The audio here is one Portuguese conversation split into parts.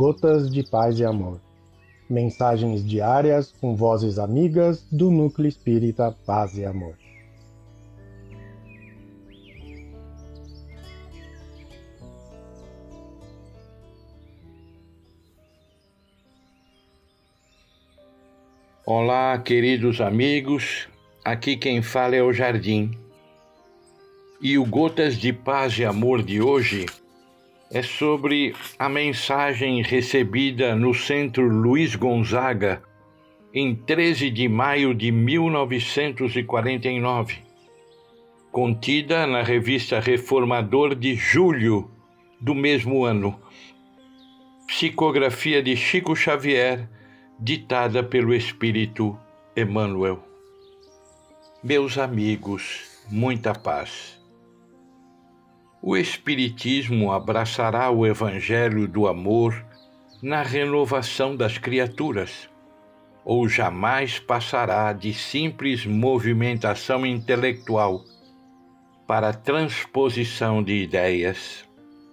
Gotas de Paz e Amor. Mensagens diárias com vozes amigas do Núcleo Espírita Paz e Amor. Olá, queridos amigos, aqui quem fala é o Jardim. E o Gotas de Paz e Amor de hoje é sobre a mensagem recebida no Centro Luiz Gonzaga em 13 de maio de 1949, contida na revista Reformador de julho do mesmo ano. Psicografia de Chico Xavier, ditada pelo Espírito Emmanuel. Meus amigos, muita paz. O Espiritismo abraçará o Evangelho do amor na renovação das criaturas, ou jamais passará de simples movimentação intelectual para a transposição de ideias.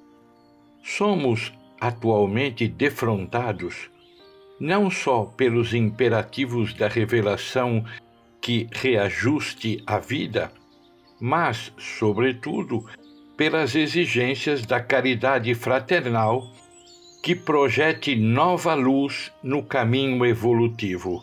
Somos atualmente defrontados não só pelos imperativos da revelação que reajuste a vida, mas, sobretudo, pelas exigências da caridade fraternal que projete nova luz no caminho evolutivo.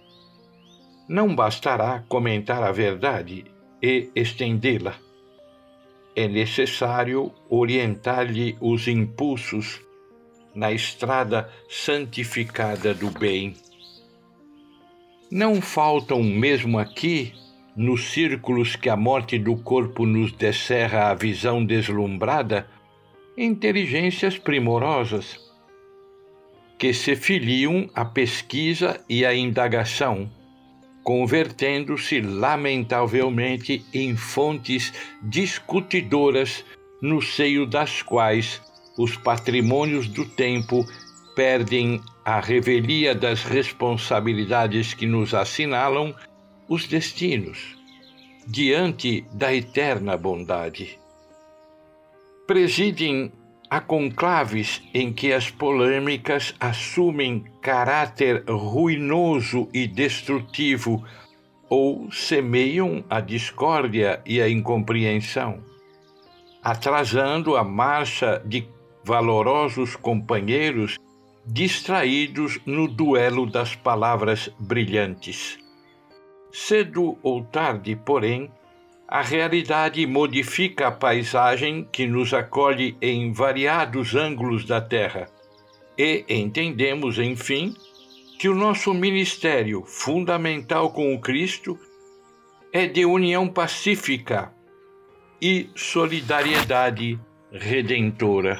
Não bastará comentar a verdade e estendê-la. É necessário orientar-lhe os impulsos na estrada santificada do bem. Não faltam mesmo aqui, nos círculos que a morte do corpo nos descerra a visão deslumbrada, inteligências primorosas, que se filiam à pesquisa e à indagação, convertendo-se lamentavelmente em fontes discutidoras no seio das quais os patrimônios do tempo perdem a revelia das responsabilidades que nos assinalam os destinos, diante da eterna bondade. Presidem a conclaves em que as polêmicas assumem caráter ruinoso e destrutivo ou semeiam a discórdia e a incompreensão, atrasando a marcha de valorosos companheiros distraídos no duelo das palavras brilhantes. Cedo ou tarde, porém, a realidade modifica a paisagem que nos acolhe em variados ângulos da Terra e entendemos, enfim, que o nosso ministério fundamental com o Cristo é de união pacífica e solidariedade redentora.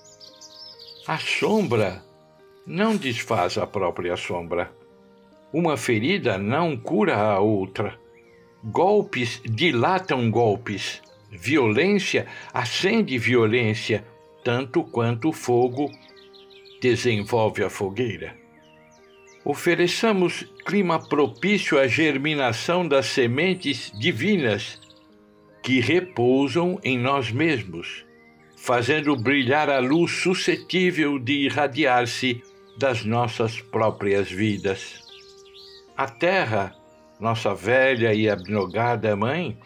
A sombra não desfaz a própria sombra. Uma ferida não cura a outra. Golpes dilatam golpes. Violência acende violência, tanto quanto o fogo desenvolve a fogueira. Ofereçamos clima propício à germinação das sementes divinas que repousam em nós mesmos, fazendo brilhar a luz suscetível de irradiar-se das nossas próprias vidas. A terra, nossa velha e abnegada mãe,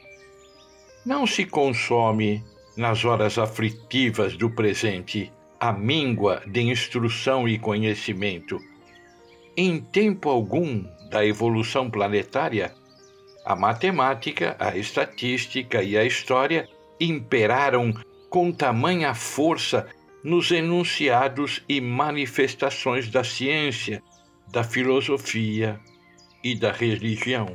não se consome nas horas aflitivas do presente, à míngua de instrução e conhecimento. Em tempo algum da evolução planetária, a matemática, a estatística e a história imperaram com tamanha força nos enunciados e manifestações da ciência, da filosofia e da religião,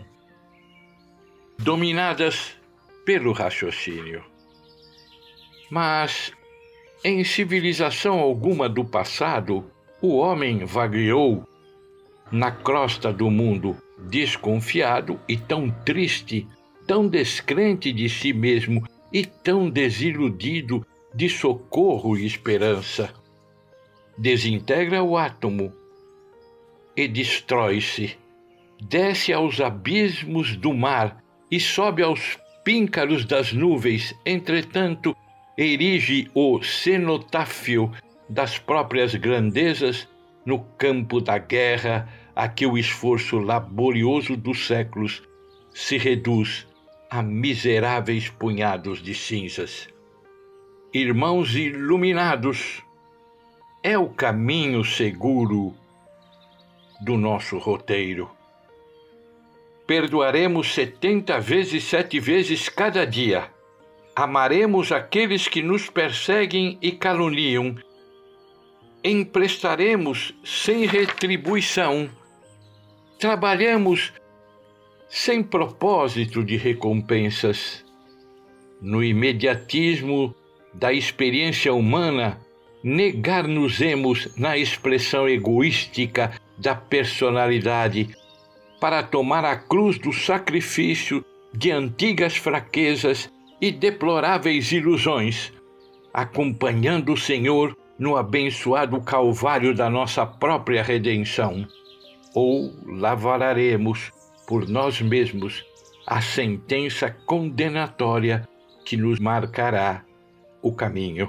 dominadas pelo raciocínio. Mas, em civilização alguma do passado, o homem vagueou na crosta do mundo, desconfiado e tão triste, tão descrente de si mesmo e tão desiludido de socorro e esperança. Desintegra o átomo e destrói-se, desce aos abismos do mar e sobe aos píncaros das nuvens, entretanto, erige o cenotáfio das próprias grandezas no campo da guerra a que o esforço laborioso dos séculos se reduz a miseráveis punhados de cinzas. Irmãos iluminados, é o caminho seguro do nosso roteiro. Perdoaremos 70 vezes 7 vezes cada dia. Amaremos aqueles que nos perseguem e caluniam. Emprestaremos sem retribuição. Trabalhamos sem propósito de recompensas. No imediatismo da experiência humana, negar-nos-emos na expressão egoística da personalidade para tomar a cruz do sacrifício de antigas fraquezas e deploráveis ilusões, acompanhando o Senhor no abençoado calvário da nossa própria redenção. Ou lavraremos por nós mesmos a sentença condenatória que nos marcará o caminho.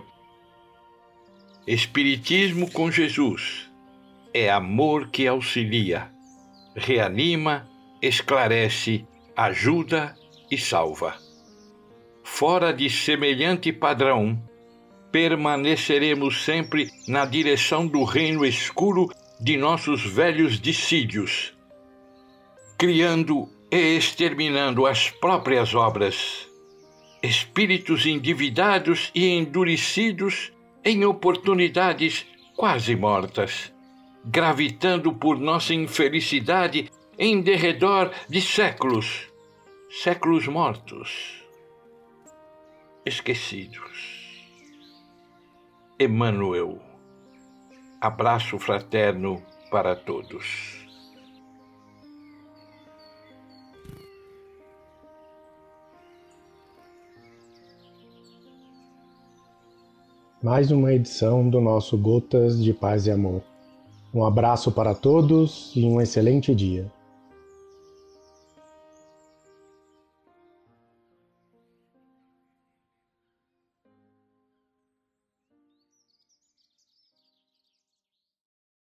Espiritismo com Jesus é amor que auxilia, reanima, esclarece, ajuda e salva. Fora de semelhante padrão, permaneceremos sempre na direção do reino escuro de nossos velhos dissídios, criando e exterminando as próprias obras, espíritos endividados e endurecidos em oportunidades quase mortas, gravitando por nossa infelicidade em derredor de séculos mortos, esquecidos. Emmanuel, abraço fraterno para todos. Mais uma edição do nosso Gotas de Paz e Amor. Um abraço para todos e um excelente dia.